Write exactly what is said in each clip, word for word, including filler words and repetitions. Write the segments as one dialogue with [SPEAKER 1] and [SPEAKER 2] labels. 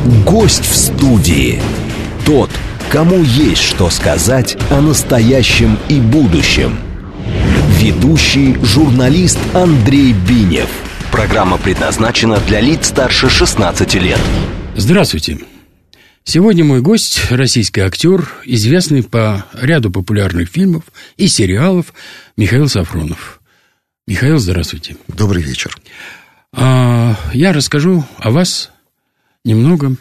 [SPEAKER 1] Гость в студии. Тот, кому есть что сказать о настоящем и будущем. Ведущий журналист Андрей Бинев. Программа предназначена для лиц старше шестнадцати лет.
[SPEAKER 2] Здравствуйте. Сегодня мой гость – российский актер, известный по ряду популярных фильмов и сериалов Михаил Сафронов. Михаил, здравствуйте.
[SPEAKER 3] Добрый вечер.
[SPEAKER 2] А, я расскажу о вас немного.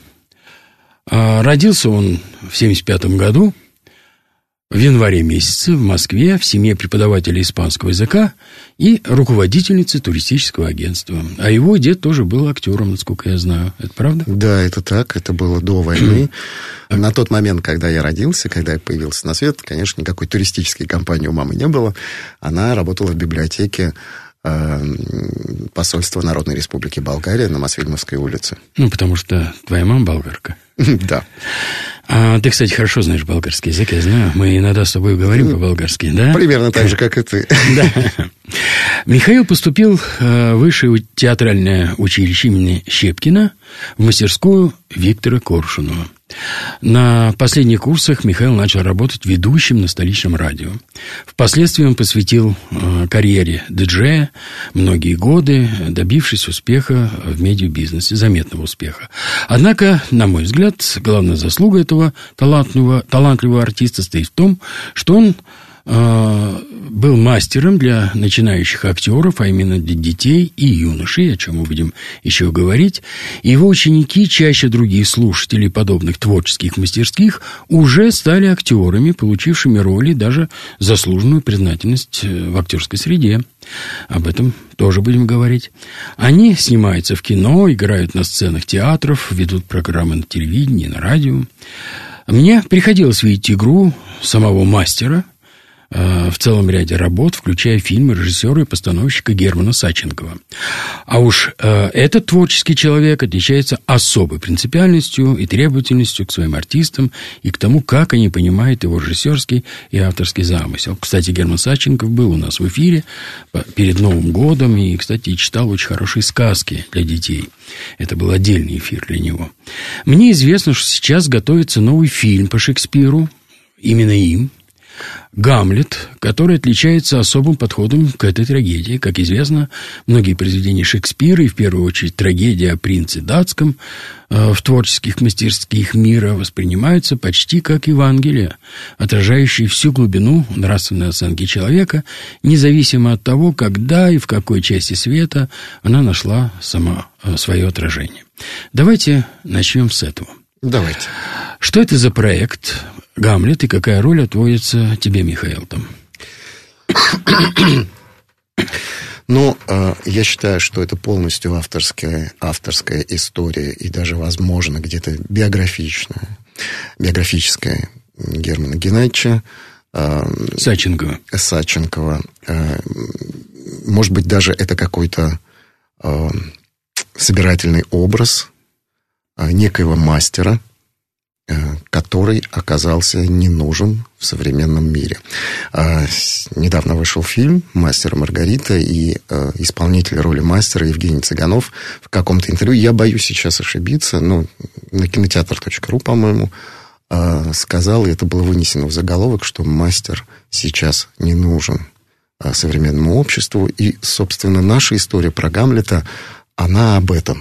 [SPEAKER 2] А, родился он в семьдесят пятом году, в январе месяце, в Москве, в семье преподавателя испанского языка и руководительницы туристического агентства. А его дед тоже был актером, насколько я знаю. Это правда?
[SPEAKER 3] Да, это так. Это было до войны. На тот момент, когда я родился, когда я появился на свет, конечно, никакой туристической компании у мамы не было. Она работала в библиотеке э, посольства Народной Республики Болгария на Мосфильмовской улице.
[SPEAKER 2] Ну, потому что твоя мама болгарка.
[SPEAKER 3] Да.
[SPEAKER 2] А ты, кстати, хорошо знаешь болгарский язык, я знаю. Мы иногда с тобой говорим по-болгарски, да?
[SPEAKER 3] Примерно так же, как и ты.
[SPEAKER 2] Да. Михаил поступил в высшее театральное училище имени Щепкина в мастерскую Виктора Коршунова. На последних курсах Михаил начал работать ведущим на столичном радио. Впоследствии он посвятил карьере диджея многие годы, добившись успеха в медиабизнесе, заметного успеха. Однако, на мой взгляд, главная заслуга этого талантливого, талантливого артиста стоит в том, что он был мастером для начинающих актеров, а именно для детей и юношей, о чем мы будем еще говорить. И его ученики, чаще других слушателей подобных творческих мастерских, уже стали актерами, получившими роли, даже заслуженную признательность в актерской среде. Об этом тоже будем говорить. Они снимаются в кино, играют на сценах театров, ведут программы на телевидении, на радио. Мне приходилось видеть игру самого мастера в целом ряде работ, включая фильмы режиссера и постановщика Германа Саченкова. А уж э, этот творческий человек отличается особой принципиальностью и требовательностью к своим артистам и к тому, как они понимают его режиссерский и авторский замысел. Кстати, Герман Саченков был у нас в эфире перед Новым годом и, кстати, читал очень хорошие сказки для детей. Это был отдельный эфир для него. Мне известно, что сейчас готовится новый фильм по Шекспиру, именно им, «Гамлет», который отличается особым подходом к этой трагедии. Как известно, многие произведения Шекспира, и в первую очередь трагедия о принце датском, э, в творческих мастерских мира воспринимаются почти как Евангелие, отражающие всю глубину нравственной оценки человека, независимо от того, когда и в какой части света она нашла сама э, свое отражение. Давайте начнем с этого.
[SPEAKER 3] Давайте.
[SPEAKER 2] Что это за проект «Гамлет» и какая роль отводится тебе, Михаил, там?
[SPEAKER 3] Ну, я считаю, что это полностью авторская, авторская история и даже, возможно, где-то биографичная, биографическая Германа Геннадьевича
[SPEAKER 2] Саченкова.
[SPEAKER 3] Саченкова. Может быть, даже это какой-то собирательный образ некоего мастера, который оказался не нужен в современном мире. Недавно вышел фильм «Мастер и Маргарита», и исполнитель роли мастера Евгений Цыганов в каком-то интервью, я боюсь сейчас ошибиться, но на кинотеатр точка ру, по-моему, сказал, и это было вынесено в заголовок, что мастер сейчас не нужен современному обществу. И, собственно, наша история про Гамлета, она об этом.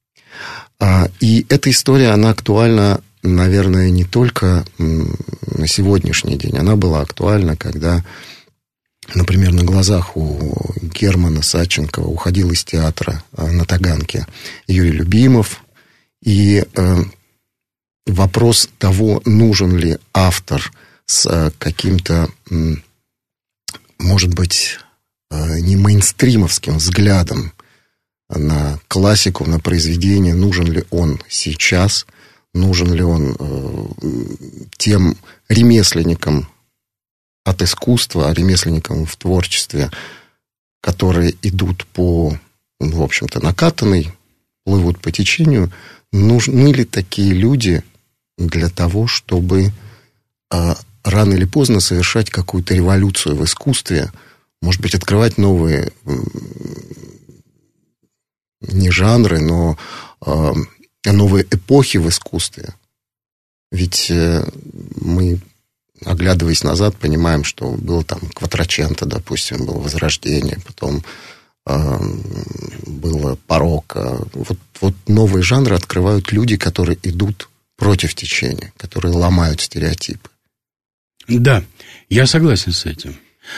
[SPEAKER 3] И эта история, она актуальна, наверное, не только на сегодняшний день. Она была актуальна, когда, например, на глазах у Германа Саченкова уходил из театра на Таганке Юрий Любимов. И вопрос того, нужен ли автор с каким-то, может быть, не мейнстримовским взглядом на классику, на произведение, нужен ли он сейчас, нужен ли он э, тем ремесленникам от искусства, ремесленникам в творчестве, которые идут по, в общем-то, накатанной, плывут по течению. Нужны ли такие люди для того, чтобы э, рано или поздно совершать какую-то революцию в искусстве, может быть, открывать новые... не жанры, но э, новые эпохи в искусстве. Ведь мы, оглядываясь назад, понимаем, что было там Кватраченто, допустим, было Возрождение, потом э, было барокко. Вот, вот новые жанры открывают люди, которые идут против течения, которые ломают стереотипы.
[SPEAKER 2] Да, я согласен с этим.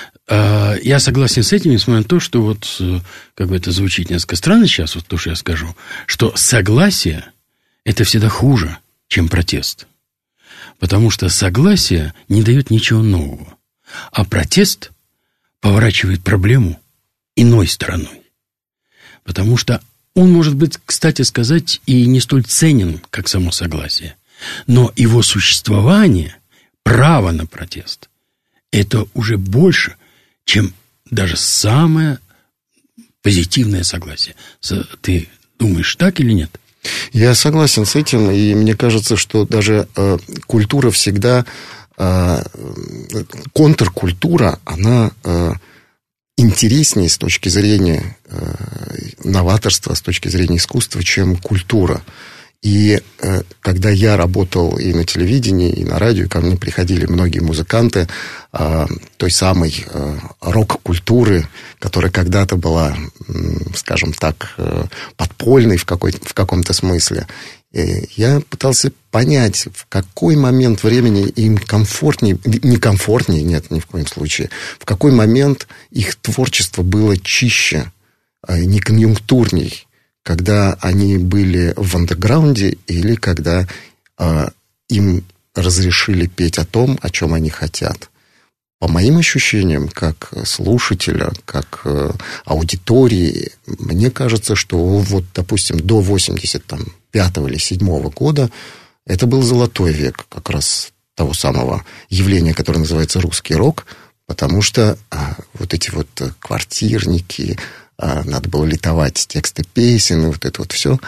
[SPEAKER 2] Я согласен с этим, несмотря на то, что вот, как бы это звучит несколько странно сейчас, вот то, что я скажу, что согласие – это всегда хуже, чем протест. Потому что согласие не дает ничего нового, а протест поворачивает проблему иной стороной. Потому что он может быть, кстати сказать, и не столь ценен, как само согласие, но его существование, право на протест, это уже больше, чем даже самое позитивное согласие. Ты думаешь так или нет?
[SPEAKER 3] Я согласен с этим, и мне кажется, что даже э, культура всегда, э, контркультура, она э, интереснее с точки зрения э, новаторства, с точки зрения искусства, чем культура. И э, когда я работал и на телевидении, и на радио, ко мне приходили многие музыканты э, той самой э, рок-культуры, которая когда-то была, э, скажем так, э, подпольной в, какой, в каком-то смысле. И я пытался понять, в какой момент времени им комфортнее, не комфортнее, нет, ни в коем случае, в какой момент их творчество было чище, э, не конъюнктурней, когда они были в андерграунде или когда э, им разрешили петь о том, о чем они хотят. По моим ощущениям, как слушателя, как э, аудитории, мне кажется, что вот, допустим, до восемьдесят пятого или седьмого года это был золотой век как раз того самого явления, которое называется русский рок, потому что э, вот эти вот квартирники, надо было литовать тексты песен, и вот это вот все.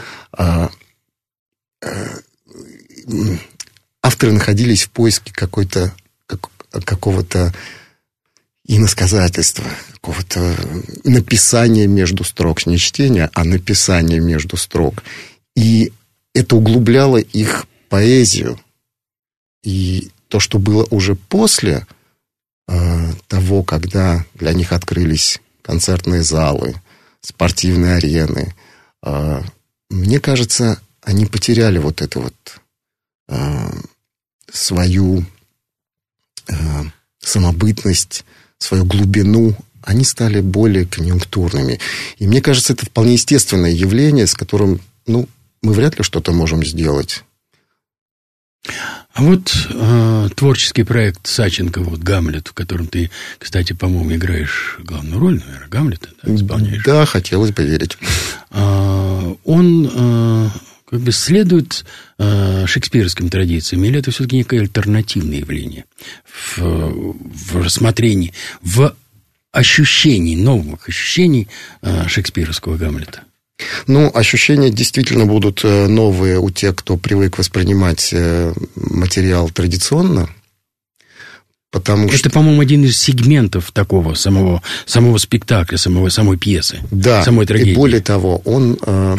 [SPEAKER 3] Авторы находились в поиске какой-то, какого-то иносказательства, какого-то написания между строк. Не чтения, а написания между строк. И это углубляло их поэзию. И то, что было уже после того, когда для них открылись концертные залы, спортивные арены. Мне кажется, они потеряли вот эту вот свою самобытность, свою глубину. Они стали более конъюнктурными. И мне кажется, это вполне естественное явление, с которым, ну, мы вряд ли что-то можем сделать.
[SPEAKER 2] А вот э, творческий проект Саченко, вот «Гамлет», в котором ты, кстати, по-моему, играешь главную роль, наверное, Гамлета, да, исполняешь?
[SPEAKER 3] Да, хотелось бы верить.
[SPEAKER 2] Э, он э, как бы следует э, шекспировским традициям, или это все-таки некое альтернативное явление в, в рассмотрении, в ощущении, новых ощущений э, шекспировского Гамлета?
[SPEAKER 3] Ну, ощущения действительно будут новые у тех, кто привык воспринимать материал традиционно. Потому
[SPEAKER 2] это,
[SPEAKER 3] что...
[SPEAKER 2] по-моему, один из сегментов такого самого, самого спектакля, самого, самой пьесы,
[SPEAKER 3] да,
[SPEAKER 2] самой трагедии.
[SPEAKER 3] И более того, он... Э,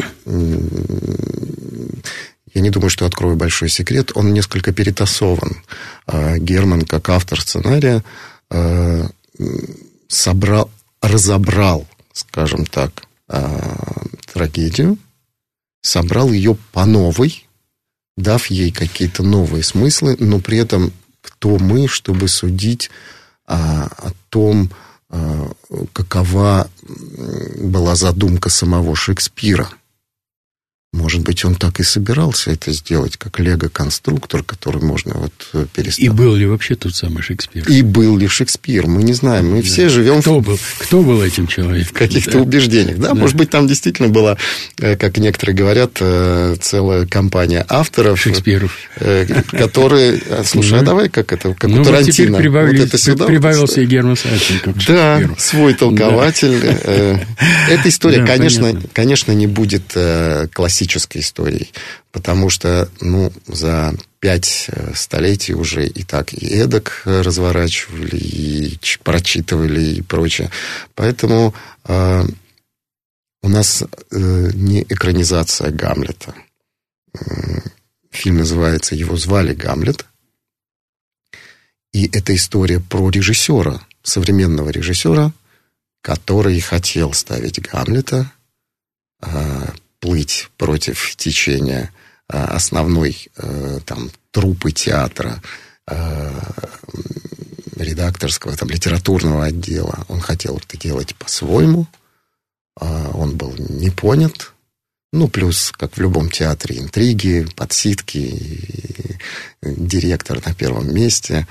[SPEAKER 3] я не думаю, что открою большой секрет, он несколько перетасован. Э, Герман, как автор сценария, э, собрал, разобрал, скажем так, трагедию, собрал ее по новой, дав ей какие-то новые смыслы, но при этом кто мы, чтобы судить а, о том, а, какова была задумка самого Шекспира. Может быть, он так и собирался это сделать, как лего-конструктор, который можно вот переставить.
[SPEAKER 2] И был ли вообще тот самый Шекспир?
[SPEAKER 3] И был ли Шекспир? Мы не знаем. Мы да. все живем...
[SPEAKER 2] Кто был, кто был этим человеком?
[SPEAKER 3] В каких-то да. убеждениях. Да? Да. Может быть, там действительно была, как некоторые говорят, целая компания авторов.
[SPEAKER 2] Шекспиров.
[SPEAKER 3] Которые... Слушай, а давай как это, как
[SPEAKER 2] ну,
[SPEAKER 3] у Тарантино.
[SPEAKER 2] Вот это сюда прибавился и Герман Саченко.
[SPEAKER 3] Да, свой толкователь. Эта история, конечно, конечно, не будет классической историей, потому что, ну, за пять столетий уже и так и эдак разворачивали, и прочитывали, и прочее. Поэтому э, у нас э, не экранизация Гамлета. Фильм называется «Его звали Гамлет». И это история про режиссера, современного режиссера, который хотел ставить Гамлета, плыть против течения основной там, труппы театра, редакторского, там, литературного отдела. Он хотел это делать по-своему. Он был не понят. Ну, плюс, как в любом театре, интриги, подсидки, директор на первом месте,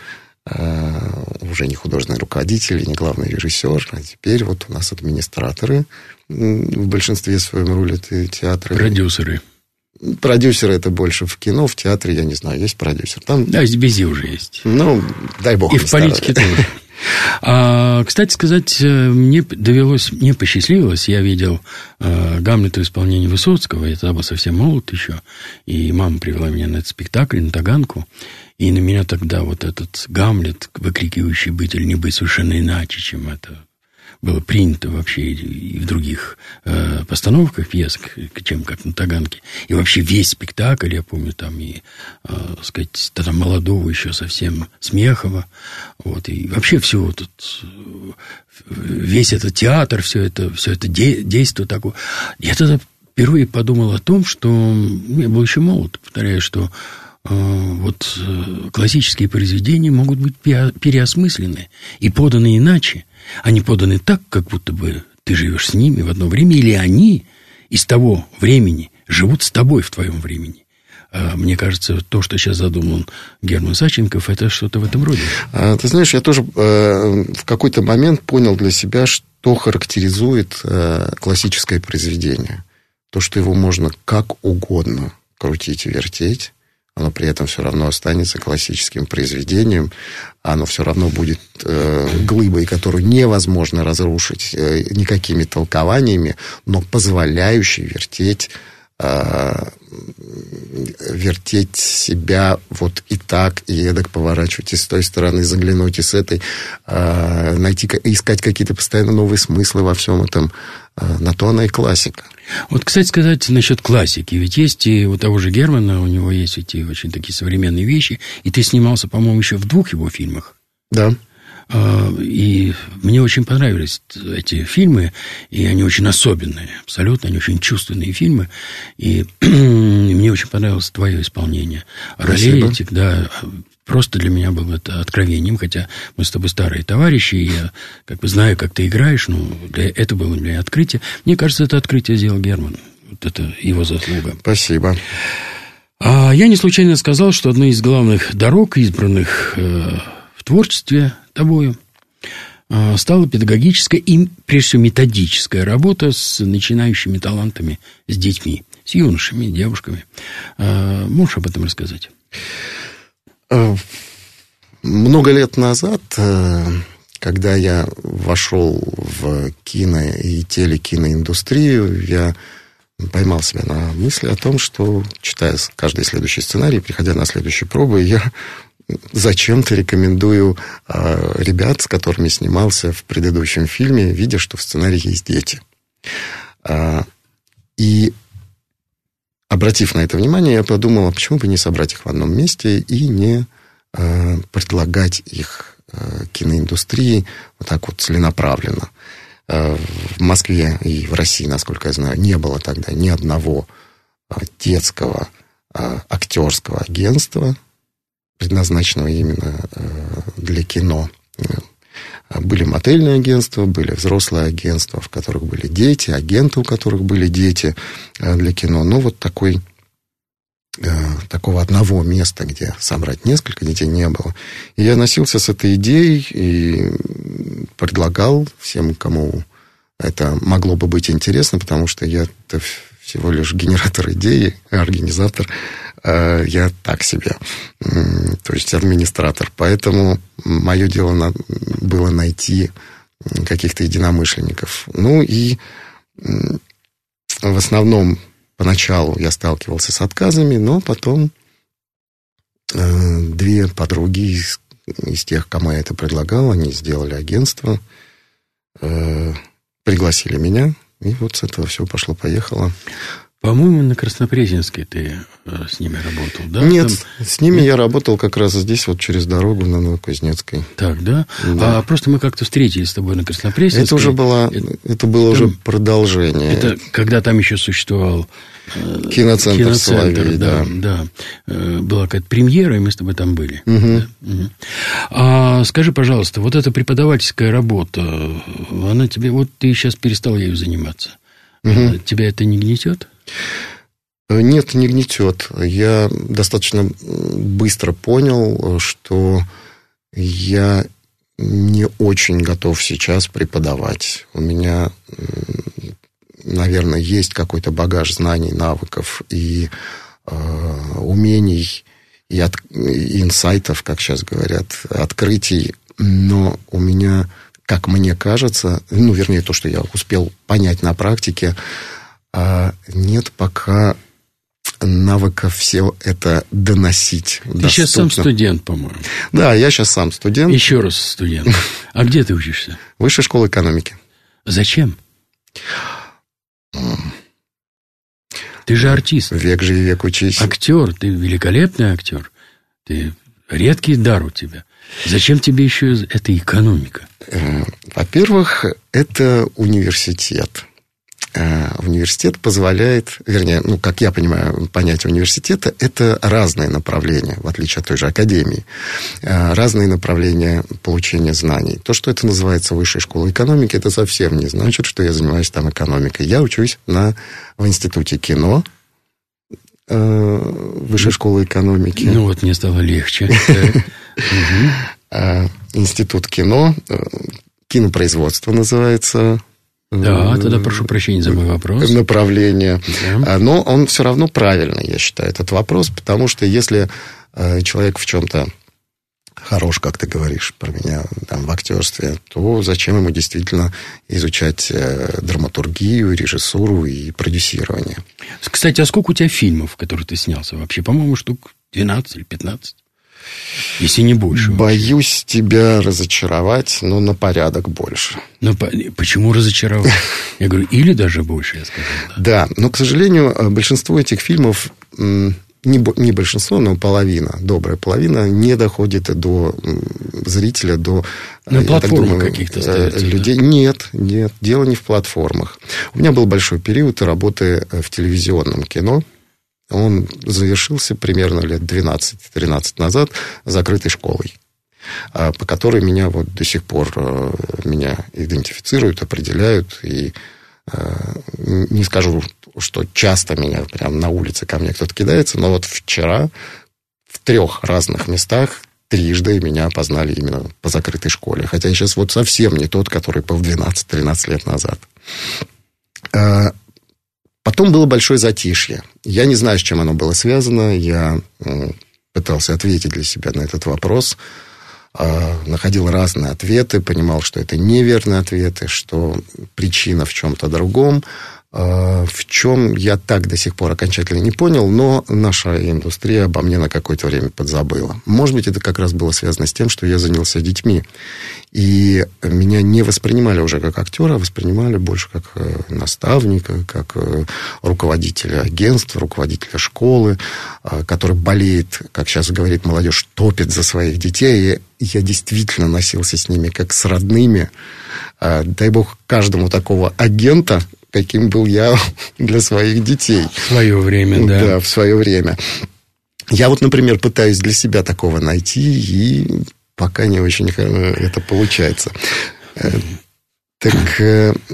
[SPEAKER 3] уже не художественный руководитель, не главный режиссер, а теперь вот у нас администраторы в большинстве своем рулят театры.
[SPEAKER 2] Продюсеры.
[SPEAKER 3] Продюсеры это больше в кино, в театре, я не знаю, есть продюсер. Там...
[SPEAKER 2] Да, везде уже есть.
[SPEAKER 3] Ну, дай бог.
[SPEAKER 2] И в политике тоже. А, кстати сказать, мне довелось, мне посчастливилось, я видел э, Гамлета в исполнении Высоцкого, я тогда был совсем молод еще, и мама привела меня на этот спектакль, на Таганку, и на меня тогда вот этот Гамлет, выкрикивающий быть или не быть, совершенно иначе, чем это было принято вообще и в других э, постановках пьес, чем как на Таганке. И вообще весь спектакль, я помню, там и, э, сказать, там молодого еще совсем Смехова, вот, и вообще все тут, весь этот театр, все это, все это де- действие такое. Я тогда впервые подумал о том, что, я был еще молод, повторяю, что э, вот э, классические произведения могут быть переосмыслены и поданы иначе. Они поданы так, как будто бы ты живешь с ними в одно время, или они из того времени живут с тобой в твоем времени. Мне кажется, то, что сейчас задумал Герман Саченков, это что-то в этом роде.
[SPEAKER 3] А, ты знаешь, я тоже э, в какой-то момент понял для себя, что характеризует э, классическое произведение. То, что его можно как угодно крутить и вертеть, оно при этом все равно останется классическим произведением, оно все равно будет э, глыбой, которую невозможно разрушить э, никакими толкованиями, но позволяющей вертеть, э, вертеть себя вот и так, и эдак, поворачивать и с той стороны, заглянуть и с этой, э, найти, искать какие-то постоянно новые смыслы во всем этом. Э, на то она и классика.
[SPEAKER 2] Вот, кстати сказать, насчет классики. Ведь есть и у того же Германа, у него есть эти очень такие современные вещи. И ты снимался, по-моему, еще в двух его фильмах.
[SPEAKER 3] Да.
[SPEAKER 2] И мне очень понравились эти фильмы. И они очень особенные. Абсолютно. Они очень чувственные фильмы. И мне очень понравилось твое исполнение. Ролей этих, да... Просто для меня было это откровением, хотя мы с тобой старые товарищи, и я как бы знаю, как ты играешь, но для, это было для меня открытие. Мне кажется, это открытие сделал Герман. Вот это его заслуга.
[SPEAKER 3] Спасибо.
[SPEAKER 2] А я не случайно сказал, что одной из главных дорог, избранных э, в творчестве тобою, э, стала педагогическая и, прежде всего, методическая работа с начинающими талантами, с детьми, с юношами, девушками. Э, можешь об этом рассказать?
[SPEAKER 3] Много лет назад, когда я вошел в кино и телекиноиндустрию, я поймал себя на мысли о том, что, читая каждый следующий сценарий, приходя на следующие пробы, я зачем-то рекомендую ребят, с которыми снимался в предыдущем фильме, видя, что в сценарии есть дети. И обратив на это внимание, я подумал, а почему бы не собрать их в одном месте и не э, предлагать их э, киноиндустрии вот так вот целенаправленно. Э, в Москве и в России, насколько я знаю, не было тогда ни одного э, детского э, актерского агентства, предназначенного именно э, для кино. Были модельные агентства, были взрослые агентства, в которых были дети, агенты, у которых были дети для кино. Но вот такой, такого одного места, где собрать несколько детей, не было. И я носился с этой идеей и предлагал всем, кому это могло бы быть интересно, потому что я всего лишь генератор идеи, организатор, я так себе, то есть администратор. Поэтому мое дело было найти каких-то единомышленников. Ну и в основном поначалу я сталкивался с отказами, но потом две подруги из, из тех, кому я это предлагал, они сделали агентство, пригласили меня, и вот с этого все пошло-поехало.
[SPEAKER 2] По-моему, на Краснопресненской ты с ними работал, да?
[SPEAKER 3] Нет,
[SPEAKER 2] Там...
[SPEAKER 3] с ними Нет? я работал как раз здесь, вот через дорогу на Новокузнецкой.
[SPEAKER 2] Так, да?
[SPEAKER 3] да?
[SPEAKER 2] А просто мы как-то встретились с тобой на Краснопресненской.
[SPEAKER 3] Это уже было, это, это было это, уже продолжение.
[SPEAKER 2] Это когда там еще существовал...
[SPEAKER 3] Киноцентр,
[SPEAKER 2] Киноцентр
[SPEAKER 3] Соловей,
[SPEAKER 2] да, да. да. Была какая-то премьера, и мы с тобой там были. Угу. Да? Угу. А скажи, пожалуйста, вот эта преподавательская работа, она тебе... Вот ты сейчас перестал ею заниматься. Угу. Тебя это не гнетет?
[SPEAKER 3] Нет, не гнетет. Я достаточно быстро понял, что я не очень готов сейчас преподавать. У меня, наверное, есть какой-то багаж знаний, навыков и э, умений, и, от, и инсайтов, как сейчас говорят, открытий, но у меня, как мне кажется, ну, вернее, то, что я успел понять на практике, э, нет пока навыков все это доносить.
[SPEAKER 2] Ты доступно. Сейчас сам студент, по-моему.
[SPEAKER 3] Да, я сейчас сам студент.
[SPEAKER 2] Еще раз студент. А где ты учишься?
[SPEAKER 3] Высшая школа экономики.
[SPEAKER 2] Зачем? Ты же артист.
[SPEAKER 3] Век живи, век учись.
[SPEAKER 2] Актер, ты великолепный актер. Ты редкий дар у тебя. Зачем тебе еще эта экономика?
[SPEAKER 3] Во-первых, это университет. Университет позволяет, вернее, ну, как я понимаю, понятие университета, это разные направления, в отличие от той же академии. Разные направления получения знаний. То, что это называется высшей школой экономики, это совсем не значит, что я занимаюсь там экономикой. Я учусь на, в институте кино, высшей школы экономики.
[SPEAKER 2] Ну, вот мне стало легче.
[SPEAKER 3] Институт кино, кинопроизводство называется.
[SPEAKER 2] Да, тогда прошу прощения за мой вопрос.
[SPEAKER 3] Направление. Да. Но он все равно правильный, я считаю, этот вопрос, потому что если человек в чем-то хорош, как ты говоришь про меня, там, в актерстве, то зачем ему действительно изучать драматургию, режиссуру и продюсирование?
[SPEAKER 2] Кстати, а сколько у тебя фильмов, в которых ты снялся вообще? По-моему, штук двенадцать или пятнадцать. Если не больше.
[SPEAKER 3] Боюсь тебя разочаровать, но на порядок больше.
[SPEAKER 2] Но по... почему разочаровать? Я говорю, или даже больше, я сказал.
[SPEAKER 3] Да, но, к сожалению, большинство этих фильмов, не, не большинство, но половина, добрая половина, не доходит до зрителя, до...
[SPEAKER 2] На платформах каких-то ставится,
[SPEAKER 3] людей. Да? Нет, нет, дело не в платформах. У меня был большой период работы в телевизионном кино. Он завершился примерно лет двенадцать-тринадцать назад закрытой школой, по которой меня вот до сих пор меня идентифицируют, определяют. И не скажу, что часто меня прям на улице ко мне кто-то кидается, но вот вчера в трех разных местах трижды меня опознали именно по закрытой школе. Хотя я сейчас вот совсем не тот, который был двенадцать-тринадцать лет назад. Потом было большое затишье. Я не знаю, с чем оно было связано. Я пытался ответить для себя на этот вопрос. Находил разные ответы. Понимал, что это неверные ответы, что причина в чем-то другом. В чем я так до сих пор окончательно не понял, но наша индустрия обо мне на какое-то время подзабыла. Может быть, это как раз было связано с тем, что я занялся детьми. И меня не воспринимали уже как актера, а воспринимали больше как наставника, как руководителя агентства, руководителя школы, который болеет, как сейчас говорит молодежь, топит за своих детей. И я действительно носился с ними как с родными. Дай бог каждому такого агента, каким был я для своих детей.
[SPEAKER 2] В свое время, да.
[SPEAKER 3] Да, в свое время. Я вот, например, пытаюсь для себя такого найти, и пока не очень это получается. Так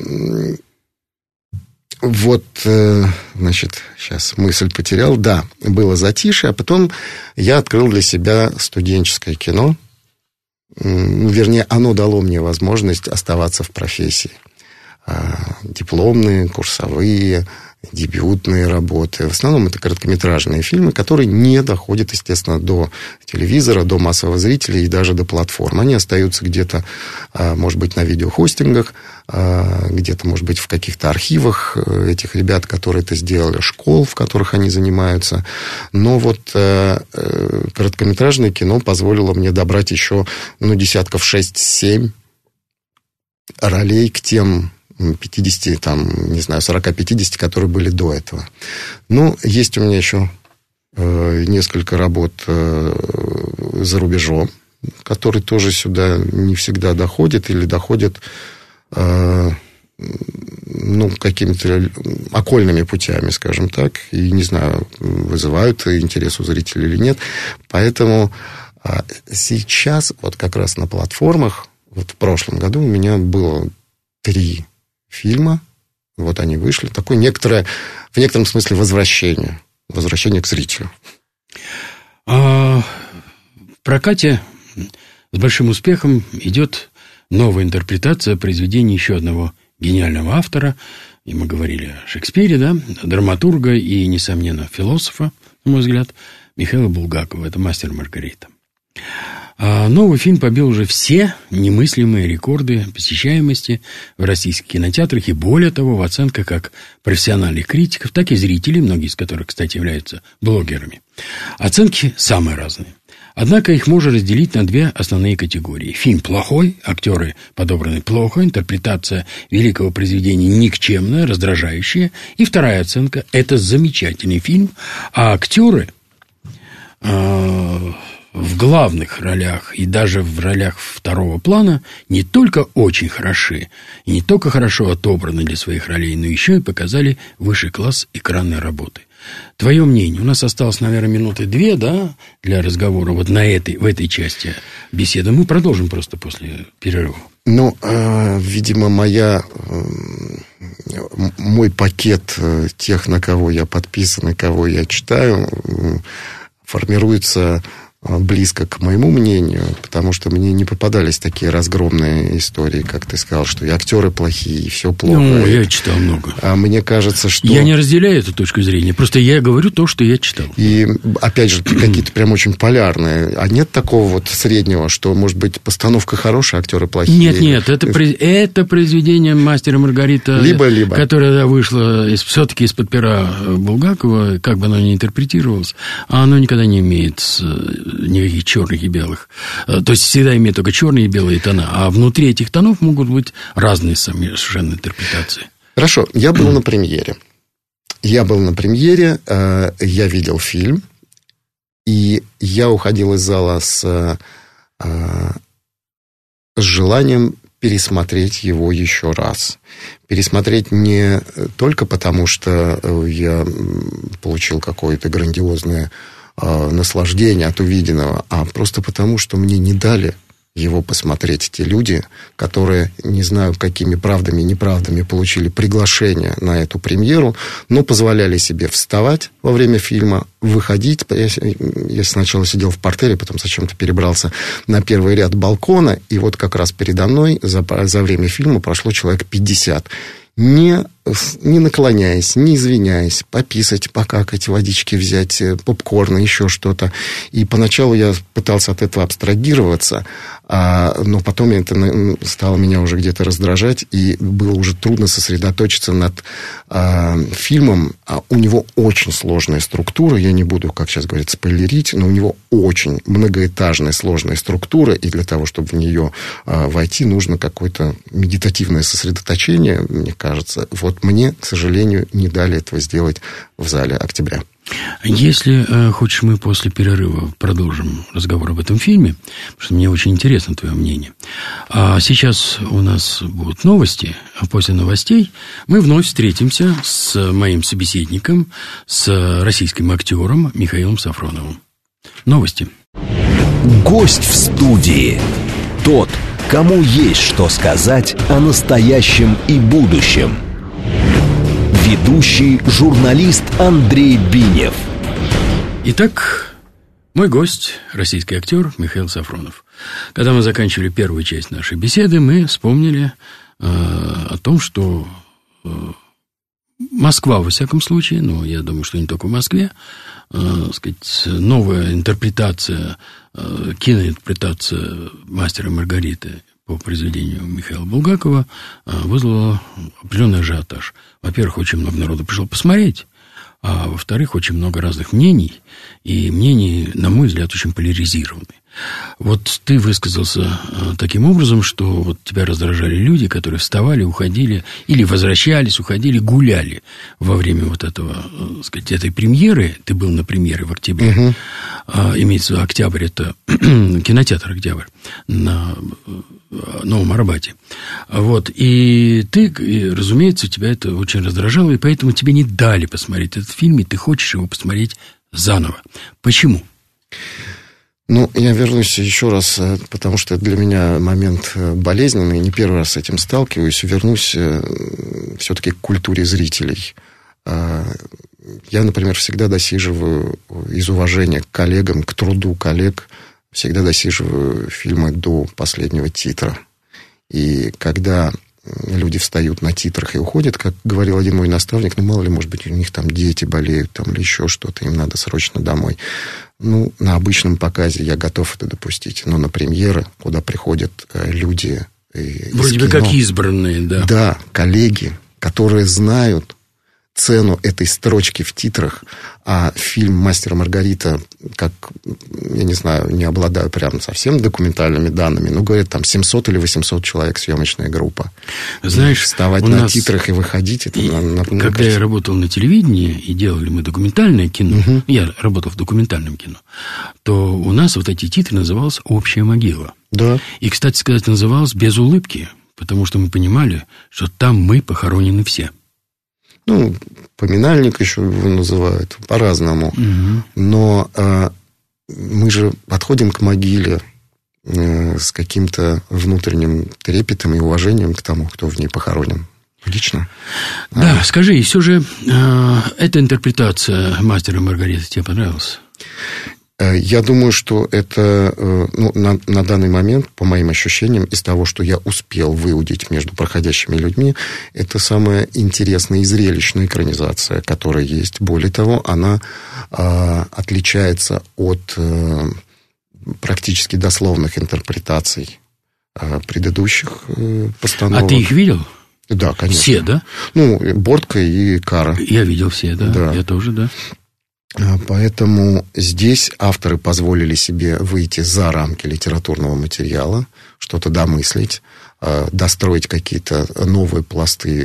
[SPEAKER 3] вот, значит, сейчас мысль потерял. Да, было затишье, а потом я открыл для себя студенческое кино. Вернее, оно дало мне возможность оставаться в профессии. Дипломные, курсовые, дебютные работы. В основном это короткометражные фильмы, которые не доходят, естественно, до телевизора, до массового зрителя и даже до платформ. Они остаются где-то, может быть, на видеохостингах, где-то, может быть, в каких-то архивах этих ребят, которые это сделали, школ, в которых они занимаются. Но вот короткометражное кино позволило мне добрать еще, ну, десятков шесть-семь ролей к тем пятидесяти, там, не знаю, сорока-пятидесяти, которые были до этого. Ну, есть у меня еще э, несколько работ э, за рубежом, которые тоже сюда не всегда доходят или доходят э, ну, какими-то окольными путями, скажем так, и, не знаю, вызывают интерес у зрителей или нет. Поэтому э, сейчас вот как раз на платформах, вот в прошлом году у меня было три фильма, вот они вышли, такое некоторое, в некотором смысле возвращение, возвращение к зрителю.
[SPEAKER 2] А в прокате с большим успехом идет новая интерпретация произведения еще одного гениального автора, и мы говорили о Шекспире, да, драматурга и, несомненно, философа, на мой взгляд, Михаила Булгакова, это «Мастер и Маргарита». А новый фильм побил уже все немыслимые рекорды посещаемости в российских кинотеатрах и, более того, в оценках как профессиональных критиков, так и зрителей, многие из которых, кстати, являются блогерами. Оценки самые разные. Однако их можно разделить на две основные категории. Фильм плохой, актеры подобраны плохо, интерпретация великого произведения никчемная, раздражающая. И вторая оценка – это замечательный фильм, а актеры э, в главных ролях и даже в ролях второго плана не только очень хороши, и не только хорошо отобраны для своих ролей, но еще и показали высший класс экранной работы. Твое мнение? У нас осталось, наверное, минуты две, да, для разговора вот на этой, в этой части беседы. Мы продолжим просто после перерыва.
[SPEAKER 3] Ну, э, видимо, моя, э, мой пакет тех, на кого я подписан и кого я читаю, э, формируется близко к моему мнению, потому что мне не попадались такие разгромные истории, как ты сказал, что и актеры плохие, и все плохо.
[SPEAKER 2] Ну, я читал много.
[SPEAKER 3] А мне кажется, что...
[SPEAKER 2] Я не разделяю эту точку зрения, просто я говорю то, что я читал.
[SPEAKER 3] И, опять же, какие-то прям очень полярные. А нет такого вот среднего, что, может быть, постановка хорошая, актеры плохие?
[SPEAKER 2] Нет, нет, это, это произведение «Мастер и Маргарита»,
[SPEAKER 3] либо-либо,
[SPEAKER 2] которое вышло из, все-таки из-под пера Булгакова, как бы оно ни интерпретировалось, а оно никогда не имеет никаких черных и белых. То есть всегда имеет только черные и белые тона. А внутри этих тонов могут быть разные совершенно интерпретации.
[SPEAKER 3] Хорошо. Я был на премьере. Я был на премьере, я видел фильм, и я уходил из зала с, с желанием пересмотреть его еще раз. Пересмотреть не только потому, что я получил какое-то грандиозное наслаждение от увиденного, а просто потому, что мне не дали его посмотреть те люди, которые, не знаю, какими правдами и неправдами получили приглашение на эту премьеру, но позволяли себе вставать во время фильма, выходить. Я, я сначала сидел в партере, потом зачем-то перебрался на первый ряд балкона, и вот как раз передо мной за, за время фильма прошло человек пятьдесят. Не, не наклоняясь, не извиняясь, пописать, покакать, водички взять, попкорн, еще что-то. И поначалу я пытался от этого абстрагироваться, а, но потом это стало меня уже где-то раздражать, и было уже трудно сосредоточиться над а, фильмом. А у него очень сложная структура, я не буду, как сейчас говорят, спойлерить, но у него очень многоэтажная сложная структура, и для того, чтобы в нее а, войти, нужно какое-то медитативное сосредоточение, мне кажется. Вот мне, к сожалению, не дали этого сделать в зале «Октября».
[SPEAKER 2] Если э, хочешь, мы после перерыва продолжим разговор об этом фильме, потому что мне очень интересно твое мнение. А сейчас у нас будут новости, а после новостей мы вновь встретимся с моим собеседником, с российским актером Михаилом Сафроновым. Новости.
[SPEAKER 1] Гость в студии. Тот, кому есть что сказать о настоящем и будущем. Ведущий журналист Андрей Бинев.
[SPEAKER 2] Итак, мой гость, российский актер Михаил Сафронов. Когда мы заканчивали первую часть нашей беседы, мы вспомнили э, о том, что э, Москва, во всяком случае, но я думаю, что не только в Москве, э, сказать, новая интерпретация, э, киноинтерпретация «Мастера и Маргариты» по произведению Михаила Булгакова вызвало определенный ажиотаж. Во-первых, очень много народу пришло посмотреть. а во-вторых, очень много разных мнений, и мнения, на мой взгляд, очень поляризированы. Вот ты высказался таким образом, что вот тебя раздражали люди, которые вставали, уходили, или возвращались, уходили, гуляли во время вот этого, так сказать, этой премьеры. Ты был на премьере в октябре. Угу. А, имеется в виду октябрь, это кинотеатр «Октябрь» на Новом Арбате. Вот. И ты, разумеется, тебя это очень раздражало, и поэтому тебе не дали посмотреть этот фильм, и ты хочешь его посмотреть заново. Почему?
[SPEAKER 3] Ну, я вернусь еще раз, потому что для меня момент болезненный, не первый раз с этим сталкиваюсь. Вернусь все-таки к культуре зрителей. Я, например, всегда досиживаю из уважения к коллегам, к труду коллег, всегда досиживаю фильмы до последнего титра. И когда люди встают на титрах и уходят, как говорил один мой наставник, ну, мало ли, может быть, у них там дети болеют, там, или еще что-то, им надо срочно домой. Ну, на обычном показе я готов это допустить. Но на премьеры, куда приходят люди из
[SPEAKER 2] вроде бы
[SPEAKER 3] кино,
[SPEAKER 2] как избранные, да.
[SPEAKER 3] Да, коллеги, которые знают цену этой строчки в титрах, а фильм «Мастер и Маргарита», как, я не знаю, не обладаю прям совсем документальными данными, но, говорят, там семьсот или восемьсот человек съемочная группа.
[SPEAKER 2] Знаешь,
[SPEAKER 3] и вставать на нас... титрах и выходить, это...
[SPEAKER 2] И,
[SPEAKER 3] на, на,
[SPEAKER 2] когда
[SPEAKER 3] кажется...
[SPEAKER 2] я работал на телевидении, и делали мы документальное кино, угу. я работал в документальном кино, то у нас вот эти титры назывались «Общая могила». Да. И, кстати сказать, называлось без улыбки, потому что мы понимали, что там мы похоронены все.
[SPEAKER 3] Ну, поминальник еще его называют по-разному. Угу. Но э, мы же подходим к могиле э, с каким-то внутренним трепетом и уважением к тому, кто в ней похоронен. Логично?
[SPEAKER 2] Да, а. Скажи, и все же э, эта интерпретация «Мастера и Маргариты» тебе понравилась?
[SPEAKER 3] Я думаю, что это, ну, на, на данный момент, по моим ощущениям, из того, что я успел выудить между проходящими людьми, это самая интересная и зрелищная экранизация, которая есть. Более того, она а, отличается от а, практически дословных интерпретаций а, предыдущих а, постановок.
[SPEAKER 2] А ты их видел?
[SPEAKER 3] Да, конечно.
[SPEAKER 2] Все, да?
[SPEAKER 3] Ну, Бортко и Кара.
[SPEAKER 2] Я видел все, да. да. Я тоже, да.
[SPEAKER 3] Поэтому здесь авторы позволили себе выйти за рамки литературного материала, что-то домыслить, достроить какие-то новые пласты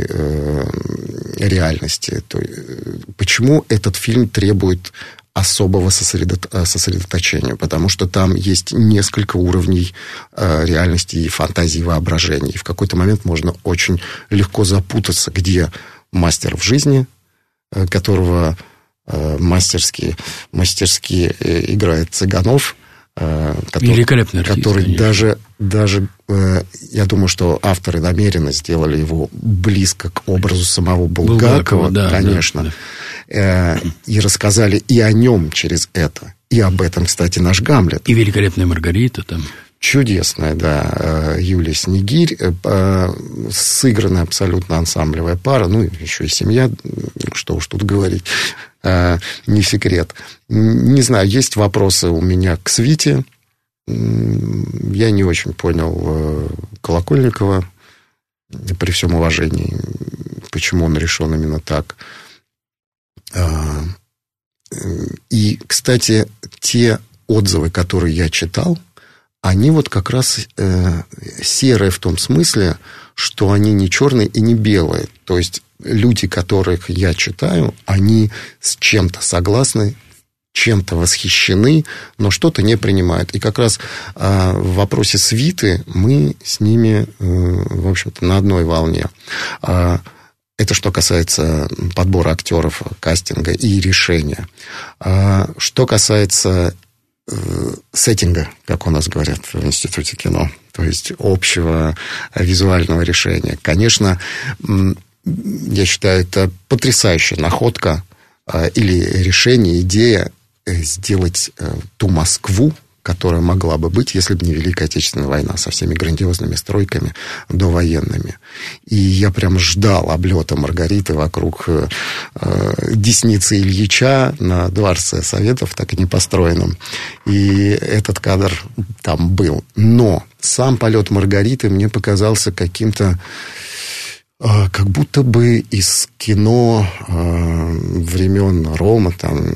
[SPEAKER 3] реальности. Почему этот фильм требует особого сосредоточения? Потому что там есть несколько уровней реальности и фантазии, и воображения. И в какой-то момент можно очень легко запутаться, где мастер в жизни, которого... мастерски, мастерски играет Цыганов, который,
[SPEAKER 2] великолепный артист,
[SPEAKER 3] который
[SPEAKER 2] конечно. даже,
[SPEAKER 3] даже, я думаю, что авторы намеренно сделали его близко к образу самого Булгакова, Булгакова да, конечно, да, да. И рассказали и о нем через это, и об этом, кстати, наш Гамлет.
[SPEAKER 2] И «Великолепная Маргарита» там.
[SPEAKER 3] Чудесная, да, Юлия Снегирь, сыгранная абсолютно ансамблевая пара, ну, еще и семья, что уж тут говорить, не секрет. Не знаю, есть вопросы у меня к свите. Я не очень понял Колокольникова, при всем уважении, почему он решен именно так. И, кстати, те отзывы, которые я читал, они вот как раз э, серые в том смысле, что они не черные и не белые. То есть люди, которых я читаю, они с чем-то согласны, чем-то восхищены, но что-то не принимают. И как раз э, в вопросе свиты мы с ними, э, в общем-то, на одной волне. Э, это что касается подбора актеров, кастинга и решения. Э, что касается сеттинга, как у нас говорят в Институте кино, то есть общего визуального решения. Конечно, я считаю, это потрясающая находка или решение, идея сделать ту Москву, которая могла бы быть, если бы не Великая Отечественная война со всеми грандиозными стройками довоенными. И я прям ждал облета Маргариты вокруг э, десницы Ильича на Дворце Советов, так и не построенном. И этот кадр там был. Но сам полет Маргариты мне показался каким-то Как будто бы из кино времен Рома, там,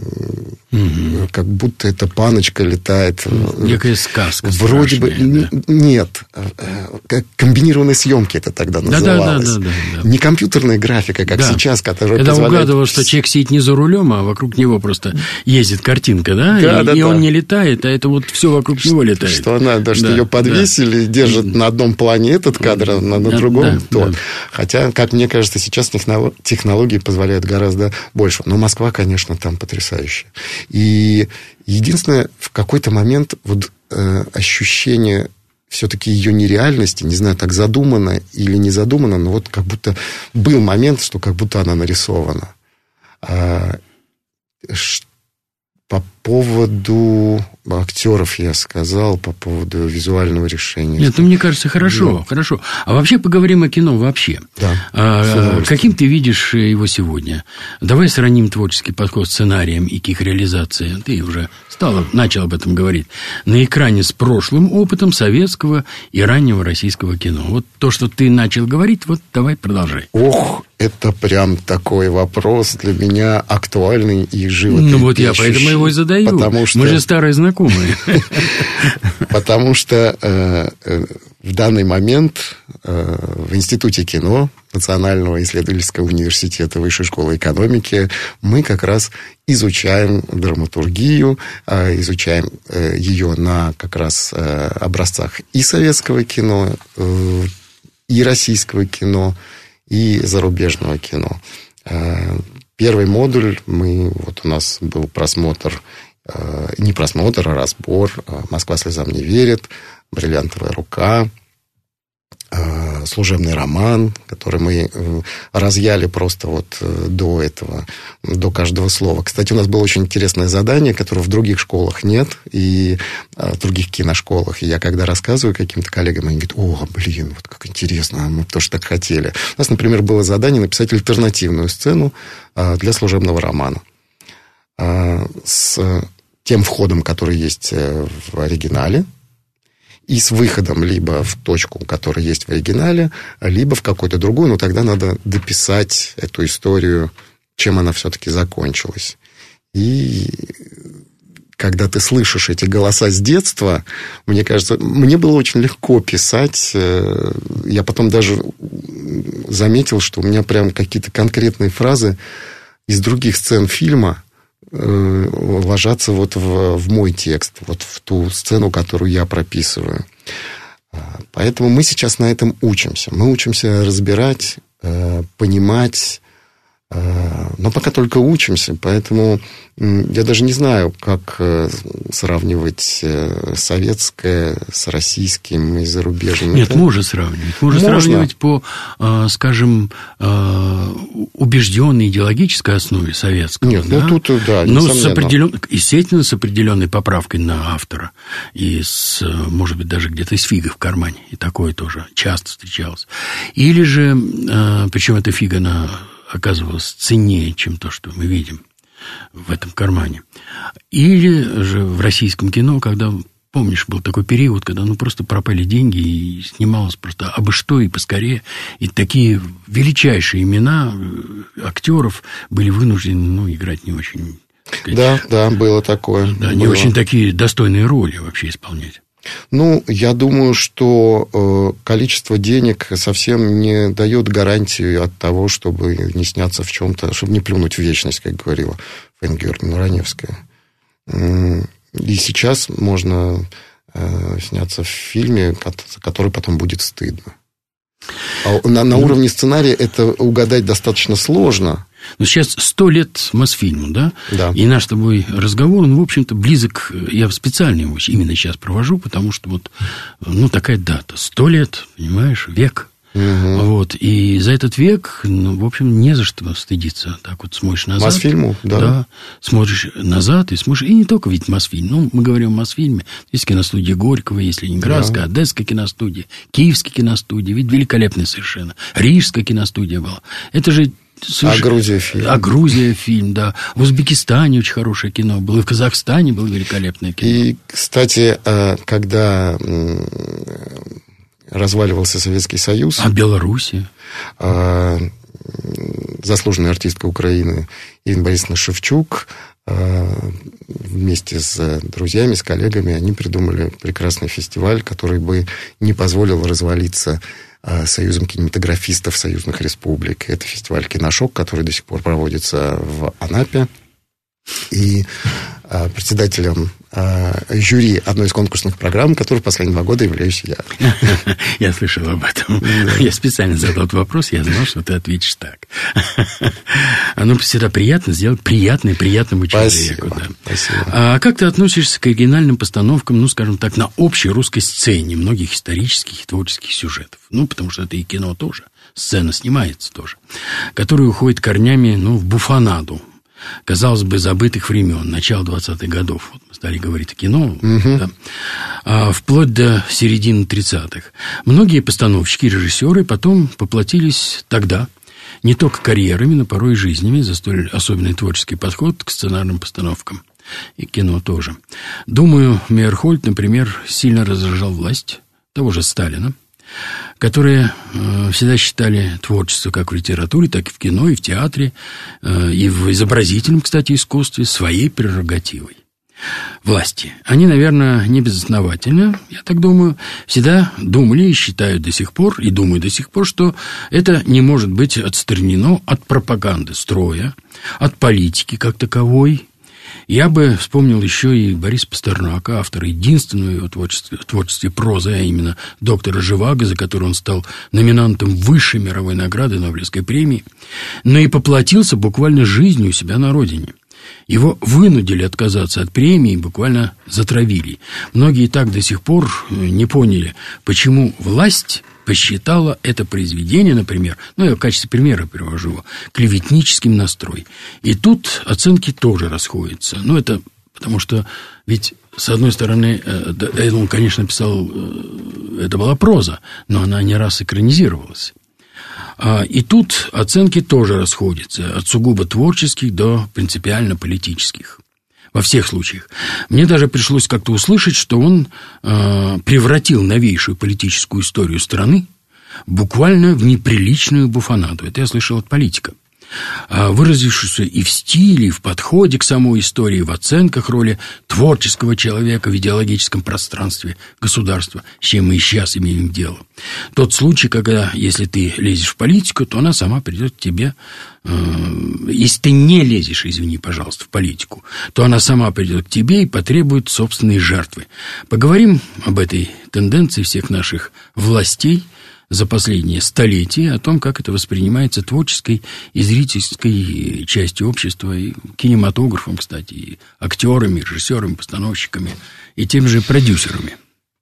[SPEAKER 3] угу. как будто эта паночка летает.
[SPEAKER 2] Некая сказка.
[SPEAKER 3] Вроде бы да. Нет. Как комбинированной съемки это тогда называлось.
[SPEAKER 2] Да, да, да, да, да.
[SPEAKER 3] Не компьютерная графика, как да. сейчас, которая
[SPEAKER 2] Когда
[SPEAKER 3] позволяет...
[SPEAKER 2] угадывал, что человек сидит не за рулем, а вокруг него просто ездит картинка, да?
[SPEAKER 3] да,
[SPEAKER 2] и
[SPEAKER 3] да
[SPEAKER 2] и
[SPEAKER 3] да.
[SPEAKER 2] он не летает, а это вот все вокруг
[SPEAKER 3] что,
[SPEAKER 2] него летает.
[SPEAKER 3] Что, она, да, что
[SPEAKER 2] да,
[SPEAKER 3] ее подвесили,
[SPEAKER 2] да.
[SPEAKER 3] держат на одном плане этот кадр, а на, на
[SPEAKER 2] да,
[SPEAKER 3] другом
[SPEAKER 2] да,
[SPEAKER 3] тот.
[SPEAKER 2] Да.
[SPEAKER 3] Хотя, как мне кажется, сейчас технологии позволяют гораздо больше. Но Москва, конечно, там потрясающая. И единственное, в какой-то момент вот, э, ощущение все-таки ее нереальности, не знаю, так задумано или не задумано, но вот как будто был момент, что как будто она нарисована. А, ш, по поводу актеров я сказал, по поводу визуального решения.
[SPEAKER 2] Нет, ну, мне кажется, хорошо, да. хорошо. А вообще поговорим о кино вообще.
[SPEAKER 3] Да.
[SPEAKER 2] А, каким ты видишь его сегодня? Давай сравним творческий подход с сценарием и к их реализации. Ты уже стал, начал об этом говорить. На экране с прошлым опытом советского и раннего российского кино. Вот то, что ты начал говорить, вот давай продолжай.
[SPEAKER 3] Ох, это прям такой вопрос для меня актуальный и живой.
[SPEAKER 2] Ну, вот я поэтому его и задаю. Потому что... Мы же старые знакомые.
[SPEAKER 3] Потому что в данный момент в Институте кино Национального исследовательского университета Высшей школы экономики мы как раз изучаем драматургию, изучаем ее на как раз образцах и советского кино, и российского кино, и зарубежного кино. Первый модуль, мы, вот у нас был просмотр, не просмотр, а разбор «Москва слезам не верит», «Бриллиантовая рука», служебный роман, который мы разъяли просто вот до этого, до каждого слова. Кстати, у нас было очень интересное задание, которого в других школах нет, и в других киношколах. И я когда рассказываю каким-то коллегам, они говорят: о, блин, вот как интересно, мы тоже так хотели. У нас, например, было задание написать альтернативную сцену для служебного романа. С тем входом, который есть в оригинале, и с выходом либо в точку, которая есть в оригинале, либо в какую-то другую, но тогда надо дописать эту историю, чем она все-таки закончилась. И когда ты слышишь эти голоса с детства, мне кажется, мне было очень легко писать. Я потом даже заметил, что у меня прям какие-то конкретные фразы из других сцен фильма ложатся вот в, в мой текст, вот в ту сцену, которую я прописываю. Поэтому мы сейчас на этом учимся. Мы учимся разбирать, понимать, но пока только учимся, поэтому я даже не знаю, как сравнивать советское с российским и зарубежным.
[SPEAKER 2] Нет, Это... можно сравнивать. Можно, можно сравнивать по, скажем, убежденной идеологической основе советского.
[SPEAKER 3] Нет,
[SPEAKER 2] да?
[SPEAKER 3] ну тут, да,
[SPEAKER 2] но с определен... естественно, с определенной поправкой на автора. И, с, может быть, даже где-то с фигой в кармане. И такое тоже часто встречалось. Или же, причем эта фига на... оказывалось ценнее, чем то, что мы видим в этом кармане. Или же в российском кино, когда, помнишь, был такой период, когда ну, просто пропали деньги, и снималось просто абы что и поскорее. И такие величайшие имена актеров были вынуждены ну, играть не очень... Сказать,
[SPEAKER 3] да, да, было такое.
[SPEAKER 2] Да, не
[SPEAKER 3] было.
[SPEAKER 2] очень такие достойные роли вообще исполнять.
[SPEAKER 3] Ну, я думаю, что э, количество денег совсем не дает гарантии от того, чтобы не сняться в чем-то, чтобы не плюнуть в вечность, как говорила Фаина Георгиевна Раневская. И сейчас можно э, сняться в фильме, за который потом будет стыдно. А на, на уровне сценария это угадать достаточно сложно.
[SPEAKER 2] Но сейчас сто лет Мосфильму, да?
[SPEAKER 3] Да. И наш с
[SPEAKER 2] тобой разговор, он, в общем-то, близок. Я специально его именно сейчас провожу, потому что вот, ну, такая дата. Сто лет, понимаешь, век. Угу. Вот. И за этот век, ну, в общем, не за что стыдиться. Так вот смотришь назад.
[SPEAKER 3] Мосфильму, да.
[SPEAKER 2] Да. Смотришь назад и смотришь. И не только ведь Мосфильм. Ну, мы говорим о Мосфильме. Есть киностудия Горького, есть Ленинградская, да. Одесская киностудия, Киевская киностудия. Ведь великолепная совершенно. Рижская киностудия была. Это же...
[SPEAKER 3] Слушай, а Грузия фильм.
[SPEAKER 2] А Грузия фильм, да. В Узбекистане очень хорошее кино было. И в Казахстане было великолепное кино.
[SPEAKER 3] И, кстати, когда разваливался Советский Союз...
[SPEAKER 2] А Белоруссия?
[SPEAKER 3] заслуженная артистка Украины Ирина Борисовна Шевчук вместе с друзьями, с коллегами, они придумали прекрасный фестиваль, который бы не позволил развалиться Союзом кинематографистов союзных республик. Это фестиваль «Киношок», который до сих пор проводится в Анапе. И а, председателем а, жюри одной из конкурсных программ, которой в последние два года являюсь я.
[SPEAKER 2] Я слышал об этом. Я специально задал этот вопрос, я знал, что ты ответишь так. Оно всегда приятно сделать приятное приятному человеку.
[SPEAKER 3] Спасибо, спасибо.
[SPEAKER 2] А как ты относишься к оригинальным постановкам, ну, скажем так, на общей русской сцене многих исторических и творческих сюжетов? Ну, потому что это и кино тоже. Сцена снимается тоже. Которые уходят корнями, ну, в буфонаду. Казалось бы, забытых времен, начала двадцатых годов. Вот мы стали говорить о кино, угу. да, а, вплоть до середины тридцатых. Многие постановщики и режиссеры потом поплатились тогда не только карьерами, но порой и жизнями за столь особенный творческий подход к сценарным постановкам. И кино тоже. Думаю, Мейерхольд, например, сильно раздражал власть того же Сталина, которые э, всегда считали творчество как в литературе, так и в кино, и в театре, э, и в изобразительном, кстати, искусстве своей прерогативой. Власти. Они, наверное, не безосновательно, я так думаю, всегда думали и считают до сих пор, и думают до сих пор, что это не может быть отстранено от пропаганды строя, от политики как таковой. Я бы вспомнил еще и Бориса Пастернака, автора единственного его творчества, в творчестве прозы, а именно доктора Живаго, за который он стал номинантом высшей мировой награды Нобелевской премии, но и поплатился буквально жизнью у себя на родине. Его вынудили отказаться от премии, буквально затравили. Многие так до сих пор не поняли, почему власть посчитала это произведение, например, ну, я в качестве примера привожу его, клеветническим настрой. И тут оценки тоже расходятся. Ну, это потому что, ведь, с одной стороны, он, конечно, писал, это была проза, но она не раз экранизировалась. И тут оценки тоже расходятся, от сугубо творческих до принципиально политических. Во всех случаях. Мне даже пришлось как-то услышать, что он э, превратил новейшую политическую историю страны буквально в неприличную буфонаду. Это я слышал от политика. Выразившуюся и в стиле, и в подходе к самой истории, в оценках роли творческого человека в идеологическом пространстве государства, с чем мы и сейчас имеем дело. Тот случай, когда, если ты лезешь в политику, то она сама придет к тебе. Если ты не лезешь, извини, пожалуйста, в политику, то она сама придет к тебе и потребует собственной жертвы. Поговорим об этой тенденции всех наших властей за последние столетия, о том, как это воспринимается творческой и зрительской частью общества, и кинематографом, кстати, и актерами, режиссерами, постановщиками, и теми же продюсерами.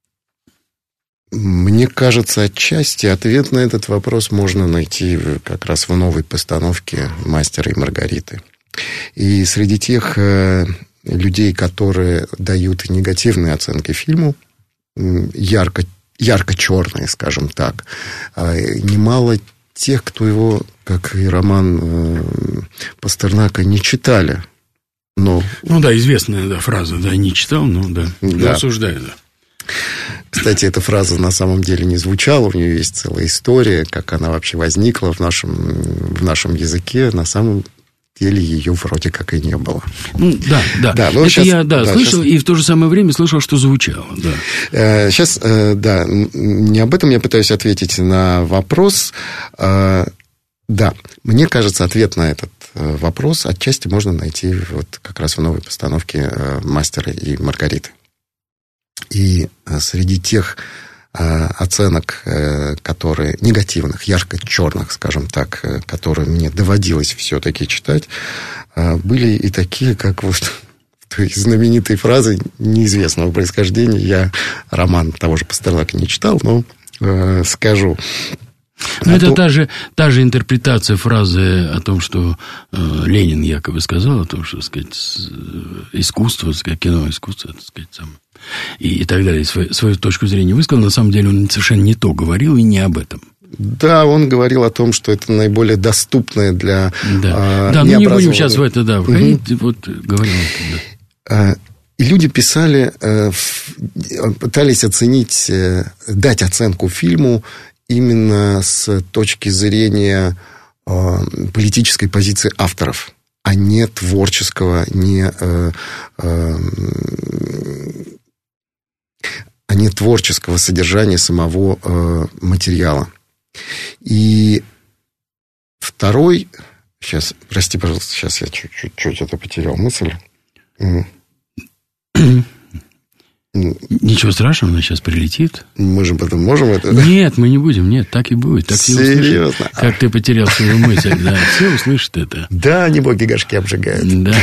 [SPEAKER 3] Мне кажется, отчасти ответ на этот вопрос можно найти как раз в новой постановке «Мастера и Маргариты». И среди тех людей, которые дают негативные оценки фильму, ярко ярко-черные, скажем так. Немало тех, кто его, как и роман Пастернака, не читали. Но...
[SPEAKER 2] Ну да, известная да, фраза, да, не читал, но да, да. осуждаю, да.
[SPEAKER 3] Кстати, эта фраза на самом деле не звучала, у нее есть целая история, как она вообще возникла в нашем, в нашем языке. На самом деле ее вроде как и не было.
[SPEAKER 2] Ну, да, да. да Это сейчас, я да, да, слышал, сейчас... и в то же самое время слышал, что звучало. Да.
[SPEAKER 3] Сейчас, да, не об этом я пытаюсь ответить на вопрос. Да, мне кажется, ответ на этот вопрос отчасти можно найти вот как раз в новой постановке «Мастера и Маргариты». И среди тех оценок, которые негативных, ярко-черных, скажем так, которые мне доводилось все-таки читать, были и такие, как вот в той знаменитой фразе неизвестного происхождения. Я роман того же Пастернака не читал, но э, скажу.
[SPEAKER 2] Ну, а это то... та, же, та же интерпретация фразы о том, что э, Ленин якобы сказал, о том, что, так сказать, искусство, так сказать, кино, искусство, так сказать, самое. И, и так далее, свою, свою точку зрения высказал. На самом деле он совершенно не то говорил и не об этом.
[SPEAKER 3] Да, он говорил о том, что это наиболее доступное для
[SPEAKER 2] да. А, да, ну не будем сейчас в это, да, входить. Угу. Вот говорил это,
[SPEAKER 3] да. И люди писали, пытались оценить, дать оценку фильму именно с точки зрения э, политической позиции авторов, а не творческого, не, э, э, а не творческого содержания самого э, материала. И второй... Сейчас, прости, пожалуйста, сейчас я чуть-чуть это потерял мысль.
[SPEAKER 2] Ничего страшного, она сейчас прилетит.
[SPEAKER 3] Мы же потом можем это...
[SPEAKER 2] Нет, мы не будем, нет, так и будет. Так
[SPEAKER 3] Серьезно?
[SPEAKER 2] Все услышат, как ты потерял свою мысль, да, все услышат это.
[SPEAKER 3] Да, не боги горшки обжигают.
[SPEAKER 2] Да,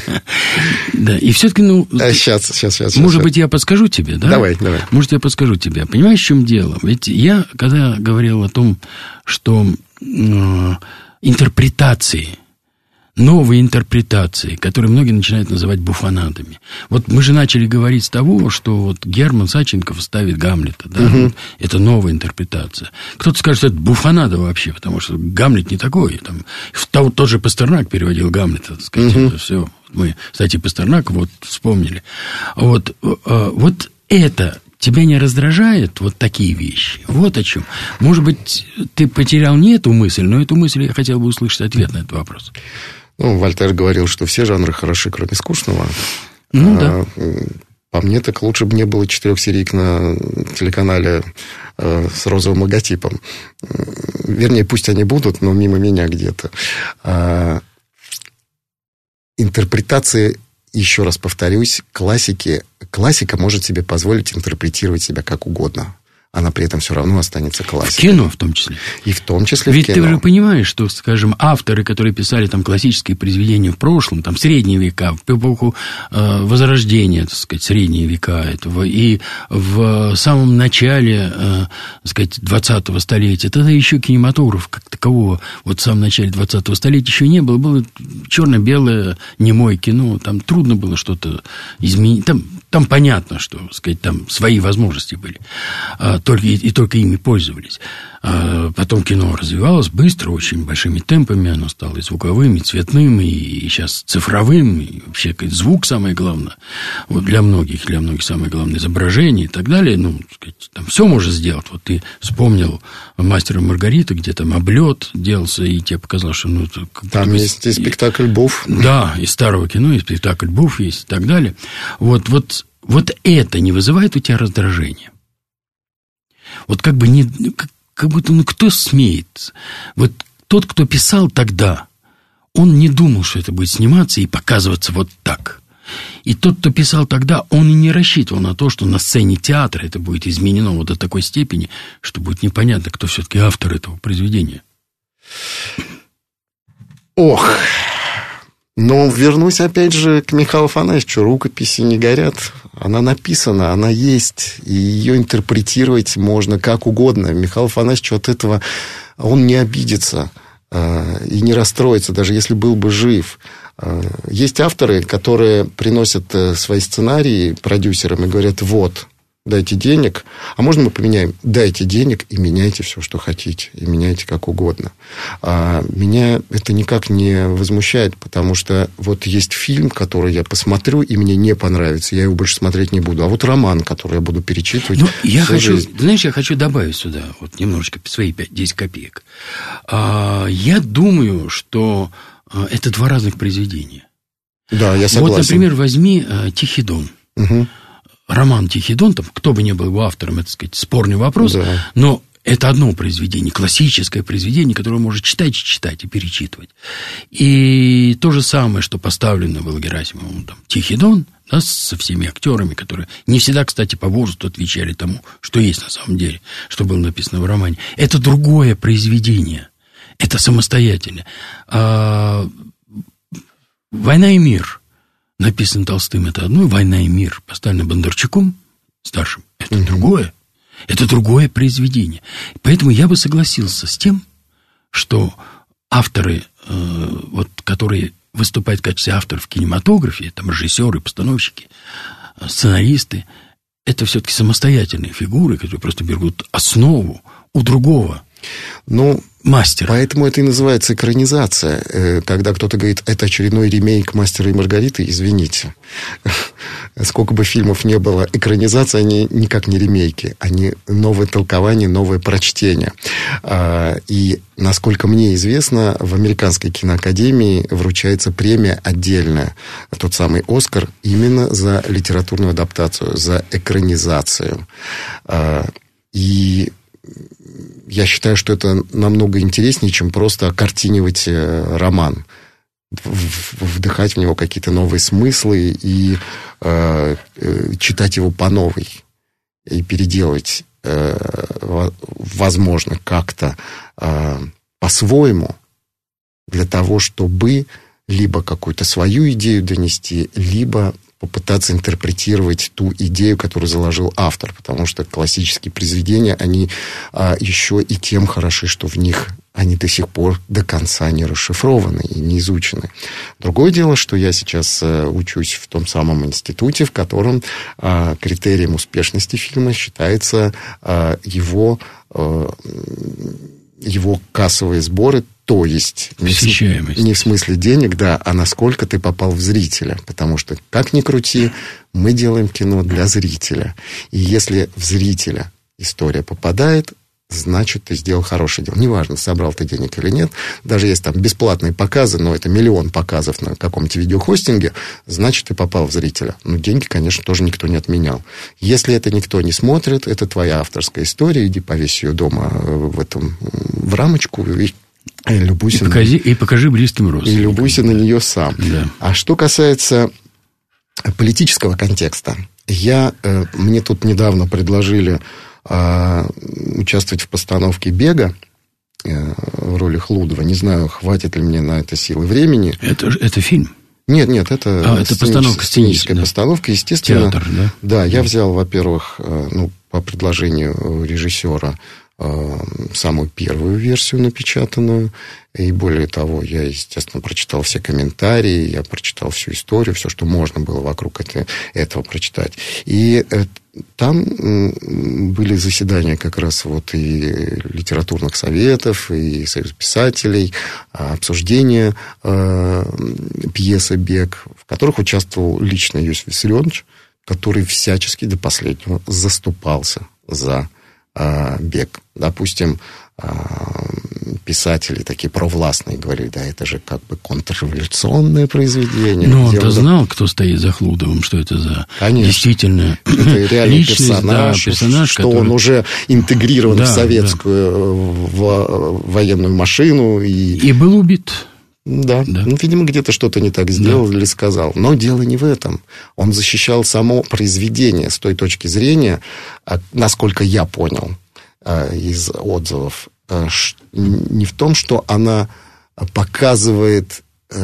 [SPEAKER 2] да, и все-таки, ну...
[SPEAKER 3] А сейчас, сейчас, сейчас.
[SPEAKER 2] Может
[SPEAKER 3] сейчас.
[SPEAKER 2] быть, я подскажу тебе, да?
[SPEAKER 3] Давай, давай.
[SPEAKER 2] Может, я подскажу тебе. Понимаешь, в чем дело? Ведь я, когда говорил о том, что э, интерпретации... новые интерпретации, которые многие начинают называть буфонадами. Вот мы же начали говорить с того, что вот Герман Саченков ставит Гамлета. Да? Угу. Это новая интерпретация. Кто-то скажет, что это буфонада вообще, потому что Гамлет не такой. Там, тот же Пастернак переводил Гамлета. Так сказать, угу. Это все. Мы, кстати, Пастернак вот вспомнили. Вот, вот это... Тебя не раздражает вот такие вещи? Вот о чем. Может быть, ты потерял не эту мысль, но эту мысль я хотел бы услышать ответ на этот вопрос.
[SPEAKER 3] Ну, Вольтер говорил, что все жанры хороши, кроме скучного.
[SPEAKER 2] Ну,
[SPEAKER 3] а,
[SPEAKER 2] да.
[SPEAKER 3] По мне, так лучше бы не было четырехсерийок на телеканале э, с розовым логотипом. Вернее, пусть они будут, но мимо меня где-то. А, интерпретации... Еще раз повторюсь, классики, классика может себе позволить интерпретировать себя как угодно. Она при этом все равно останется классикой.
[SPEAKER 2] В кино в том числе.
[SPEAKER 3] И в том числе
[SPEAKER 2] Ведь
[SPEAKER 3] в кино.
[SPEAKER 2] Ведь ты же понимаешь, что, скажем, авторы, которые писали там классические произведения в прошлом, там, средние века, в эпоху э, Возрождения, так сказать, средние века этого, и в самом начале, э, так сказать, двадцатого столетия, тогда еще кинематограф как такового, вот в самом начале двадцатого столетия еще не было, было черно-белое, немое кино, там трудно было что-то изменить, там, там понятно, что, так сказать, там свои возможности были. Только, и, и только ими пользовались. А потом кино развивалось быстро, очень большими темпами. Оно стало и звуковым, и цветным, и, и сейчас цифровым. И вообще звук самое главное. Вот для многих, для многих самое главное изображение и так далее. Ну, так сказать, там все можно сделать. Вот ты вспомнил «Мастера и Маргариты», где там облет делался, и тебе показалось, что... Ну,
[SPEAKER 3] там есть и спектакль «Буф».
[SPEAKER 2] Да, из старого кино, и спектакль «Буф» есть и так далее. Вот, вот, вот это не вызывает у тебя раздражения? Вот как бы не... Как, как будто, ну, кто смеет? Вот тот, кто писал тогда, он не думал, что это будет сниматься и показываться вот так. И тот, кто писал тогда, он и не рассчитывал на то, что на сцене театра это будет изменено вот до такой степени, что будет непонятно, кто все-таки автор этого произведения.
[SPEAKER 3] Ох... Но вернусь опять же к Михаилу Афанасьевичу. Рукописи не горят. Она написана, она есть. И ее интерпретировать можно как угодно. Михаил Афанасьевич от этого... Он не обидится и не расстроится, даже если был бы жив. Есть авторы, которые приносят свои сценарии продюсерам и говорят: вот, дайте денег, а можно мы поменяем? Дайте денег и меняйте все, что хотите, и меняйте как угодно. А меня это никак не возмущает, потому что вот есть фильм, который я посмотрю, и мне не понравится, я его больше смотреть не буду. А вот роман, который я буду перечитывать...
[SPEAKER 2] Ну, я хочу,
[SPEAKER 3] жизнь...
[SPEAKER 2] знаешь, я хочу добавить сюда вот немножечко свои пять-десять копеек. А, я думаю, что это два разных произведения.
[SPEAKER 3] Да, я согласен.
[SPEAKER 2] Вот, например, возьми «Тихий дон».
[SPEAKER 3] Угу.
[SPEAKER 2] Роман «Тихий дон», там, кто бы ни был его автором, это, так сказать, спорный вопрос, да. Но это одно произведение, классическое произведение, которое можно читать и читать, и перечитывать. И то же самое, что поставлено было Герасимовым, там, «Тихий дон», да, со всеми актерами, которые не всегда, кстати, по возрасту отвечали тому, что есть на самом деле, что было написано в романе. Это другое произведение, это самостоятельно. А... «Война и мир» написан Толстым, это одно, «Война и мир» поставлено Бондарчуком старшим, это mm-hmm. другое. Это другое произведение. Поэтому я бы согласился с тем, что авторы, э, вот, которые выступают в качестве авторов в кинематографе, там режиссеры, постановщики, сценаристы, это все-таки самостоятельные фигуры, которые просто берут основу у другого.
[SPEAKER 3] Ну,
[SPEAKER 2] мастер.
[SPEAKER 3] Поэтому это и называется экранизация. Когда кто-то говорит, это очередной ремейк «Мастера и Маргариты», извините. Сколько бы фильмов не было, экранизация, они никак не ремейки. Они новое толкование, новое прочтение. И, насколько мне известно, в Американской киноакадемии вручается премия отдельная, тот самый «Оскар», именно за литературную адаптацию, за экранизацию. И я считаю, что это намного интереснее, чем просто окартинивать роман. Вдыхать в него какие-то новые смыслы и э, читать его по новой. И переделать, э, возможно, как-то э, по-своему, для того, чтобы либо какую-то свою идею донести, либо попытаться интерпретировать ту идею, которую заложил автор, потому что классические произведения, они а, еще и тем хороши, что в них они до сих пор до конца не расшифрованы и не изучены. Другое дело, что я сейчас а, учусь в том самом институте, в котором а, критерием успешности фильма считается а, его, а, его кассовые сборы, то есть не в, не в смысле денег, да, а насколько ты попал в зрителя. Потому что, как ни крути, мы делаем кино для зрителя. И если в зрителя история попадает, значит, ты сделал хорошее дело. Неважно, собрал ты денег или нет. Даже если там бесплатные показы, но это миллион показов на каком-нибудь видеохостинге, значит, ты попал в зрителя. Но деньги, конечно, тоже никто не отменял. Если это никто не смотрит, это твоя авторская история, иди повесь ее дома в, этом, в рамочку и И, любуйся
[SPEAKER 2] и, покажи, на... и покажи близким родственникам.
[SPEAKER 3] И любуйся на нее сам.
[SPEAKER 2] Да.
[SPEAKER 3] А что касается политического контекста, я, э, мне тут недавно предложили э, участвовать в постановке «Бега» э, в роли Хлудова. Не знаю, хватит ли мне на это силы времени.
[SPEAKER 2] Это, это фильм?
[SPEAKER 3] Нет, нет, это,
[SPEAKER 2] а, это постановка,
[SPEAKER 3] сценическая да. постановка, естественно.
[SPEAKER 2] Театр, да?
[SPEAKER 3] Да, я взял, во-первых, э, ну, по предложению режиссера, самую первую версию напечатанную. И более того, я, естественно, прочитал все комментарии, я прочитал всю историю, все, что можно было вокруг это, этого прочитать. И там были заседания как раз вот и литературных советов, и союз писателей, обсуждения э, пьесы «Бег», в которых участвовал лично Иосиф Виссарионович, который всячески до последнего заступался за «Бег». Допустим, писатели такие провластные говорили, да, это же как бы контрреволюционное произведение.
[SPEAKER 2] Но он-то знал, кто стоит за Хлудовым, что это за Конечно. Действительно
[SPEAKER 3] это реальный
[SPEAKER 2] личность,
[SPEAKER 3] персонаж,
[SPEAKER 2] да, персонаж,
[SPEAKER 3] что
[SPEAKER 2] который...
[SPEAKER 3] он уже интегрирован
[SPEAKER 2] да,
[SPEAKER 3] в советскую да. в военную машину. И,
[SPEAKER 2] и был убит.
[SPEAKER 3] Да, да. Ну, видимо, где-то что-то не так сделал да. или сказал. Но дело не в этом. Он защищал само произведение с той точки зрения, насколько я понял из отзывов, не в том, что она показывает,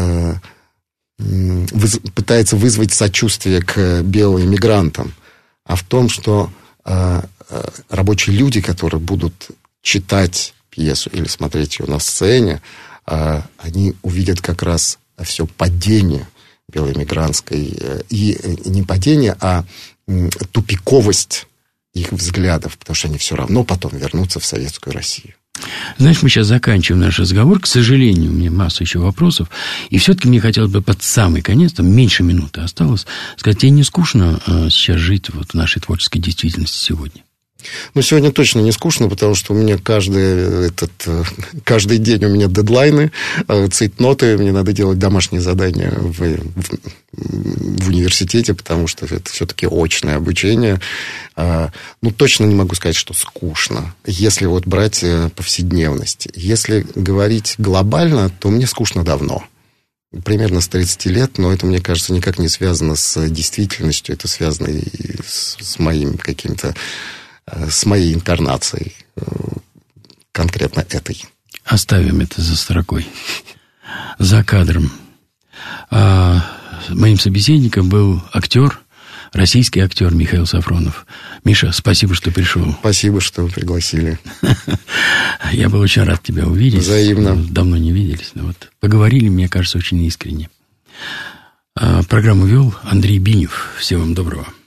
[SPEAKER 3] пытается вызвать сочувствие к белоэмигрантам, а в том, что рабочие люди, которые будут читать пьесу или смотреть ее на сцене, они увидят как раз все падение белоэмигрантской, и не падение, а тупиковость их взглядов, потому что они все равно потом вернутся в Советскую Россию.
[SPEAKER 2] Знаешь, мы сейчас заканчиваем наш разговор. К сожалению, у меня масса еще вопросов. И все-таки мне хотелось бы под самый конец, там меньше минуты осталось, сказать, тебе не скучно сейчас жить вот в нашей творческой действительности сегодня?
[SPEAKER 3] Ну, сегодня точно не скучно, потому что у меня каждый, этот, каждый день у меня дедлайны, цейтноты, мне надо делать домашние задания в, в, в университете, потому что это все-таки очное обучение. Ну, точно не могу сказать, что скучно, если вот брать повседневность. Если говорить глобально, то мне скучно давно. Примерно с тридцати лет, но это, мне кажется, никак не связано с действительностью, это связано и с, с моим каким-то с моей инкарнацией, конкретно этой.
[SPEAKER 2] Оставим это за строкой, за кадром. А моим собеседником был актер, российский актер Михаил Сафронов. Миша, спасибо, что пришел.
[SPEAKER 3] Спасибо, что вы пригласили.
[SPEAKER 2] Я был очень рад тебя увидеть.
[SPEAKER 3] Взаимно.
[SPEAKER 2] Давно не виделись, но вот поговорили, мне кажется, очень искренне. Программу вел Андрей Бинев. Всего вам доброго.